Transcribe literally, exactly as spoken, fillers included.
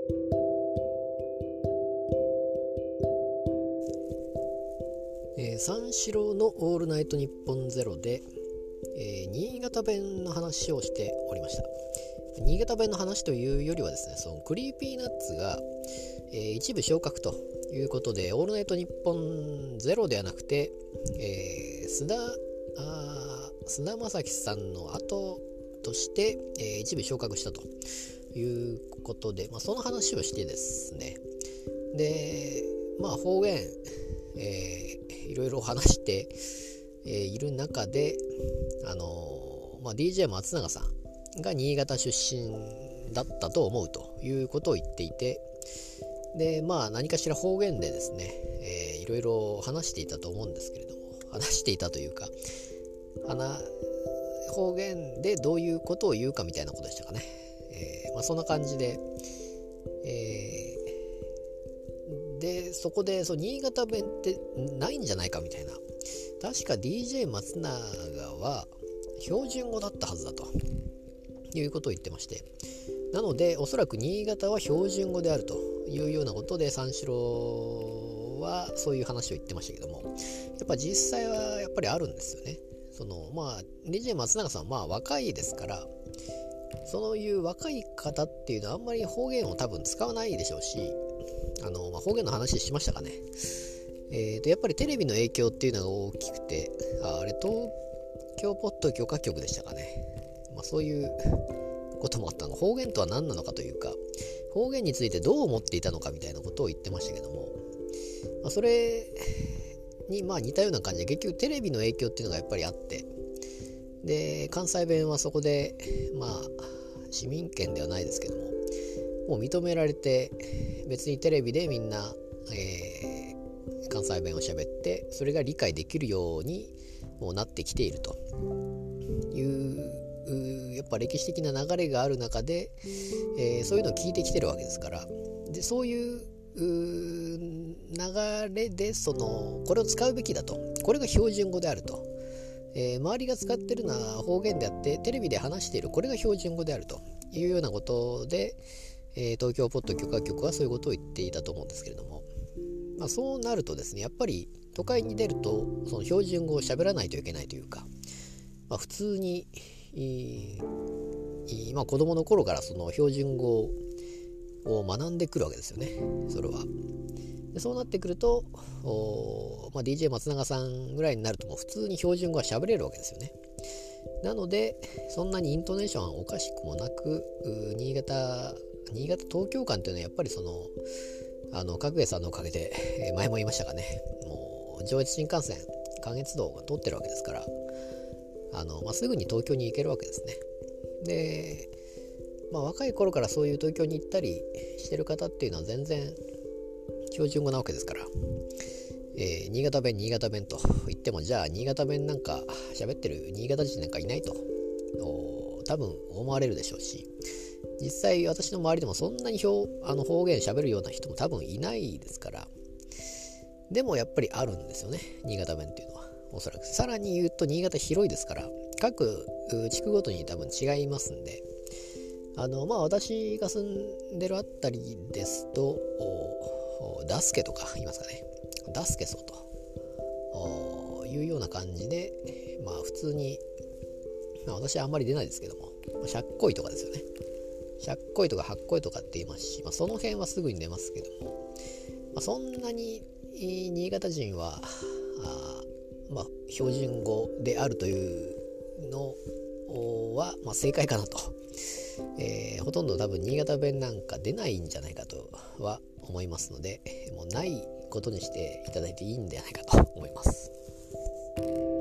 えー、三四郎のオールナイトニッポンゼロで、えー、新潟弁の話をしておりました。新潟弁の話というよりはですね、そのクリーピーナッツが、えー、一部昇格ということで、オールナイトニッポンゼロではなくて、えー、須田あ須田将暉さんの後として、えー、一部昇格したということで、まあ、その話をしてですね、でまあ方言、えー、いろいろ話して、えー、いる中で、あのーまあ、ディージェー 松永さんが新潟出身だったと思うということを言っていて、でまあ何かしら方言でですね、えー、いろいろ話していたと思うんですけれども、話していたというか方言でどういうことを言うかみたいなことでしたかね。えーまあ、そんな感じで、えー、でそこでそう新潟弁ってないんじゃないかみたいな、確か ディージェー 松永は標準語だったはずだということを言ってまして、なのでおそらく新潟は標準語であるというようなことで三四郎はそういう話を言ってましたけども、やっぱ実際はやっぱりあるんですよね。そのまあ ディージェー 松永さんはまあ若いですから、そういう若い方っていうのはあんまり方言を多分使わないでしょうし、あの、まあ、方言の話しましたかね。えーとやっぱりテレビの影響っていうのが大きくて、ああれ東京ポッド許可局でしたかね。まあ、そういうこともあったの。方言とは何なのかというか、方言についてどう思っていたのかみたいなことを言ってましたけども、まあ、それにまあ似たような感じで、結局テレビの影響っていうのがやっぱりあって、で関西弁はそこでまあ市民権ではないですけども、もう認められて、別にテレビでみんな、えー、関西弁を喋って、それが理解できるようにもうなってきているというやっぱ歴史的な流れがある中で、えー、そういうのを聞いてきてるわけですから、でそういう流れでそのこれを使うべきだと、これが標準語であると、えー、周りが使ってるのは方言であって、テレビで話しているこれが標準語であるというようなことで、えー、東京ポッド許可局はそういうことを言っていたと思うんですけれども、まあ、そうなるとですね、やっぱり都会に出るとその標準語を喋らないといけないというか、まあ、普通に、まあ、子供の頃からその標準語を学んでくるわけですよね。それはでそうなってくると、まあ、ディージェー 松永さんぐらいになるともう普通に標準語は喋れるわけですよね。なのでそんなにイントネーションはおかしくもなく、新潟新潟東京間というのはやっぱりそのあの角栄さんのおかげで、えー、前も言いましたがね、もう上越新幹線関越道が通ってるわけですから、あの、まあ、すぐに東京に行けるわけですね。で、まあ、若い頃からそういう東京に行ったりしてる方っていうのは全然標準語なわけですから、えー、新潟弁新潟弁と言っても、じゃあ新潟弁なんか喋ってる新潟人なんかいないと多分思われるでしょうし、実際私の周りでもそんなに表あの方言喋るような人も多分いないですから、でもやっぱりあるんですよね、新潟弁っていうのは。おそらくさらに言うと新潟広いですから、各地区ごとに多分違いますんで、あのまあ私が住んでるあたりですとダスケとか言いますかね、ダスケソというような感じで、まあ普通に、まあ、私はあんまり出ないですけども、しゃっこいとかですよね。しゃっこいとかはっこいとかって言いますし、まあ、その辺はすぐに出ますけども、まあ、そんなに新潟人はあ、まあ、標準語であるというのは、まあ、正解かなと、えー、ほとんど多分新潟弁なんか出ないんじゃないかとは思いますので、もうないことにしていただいていいんじゃないかと思います。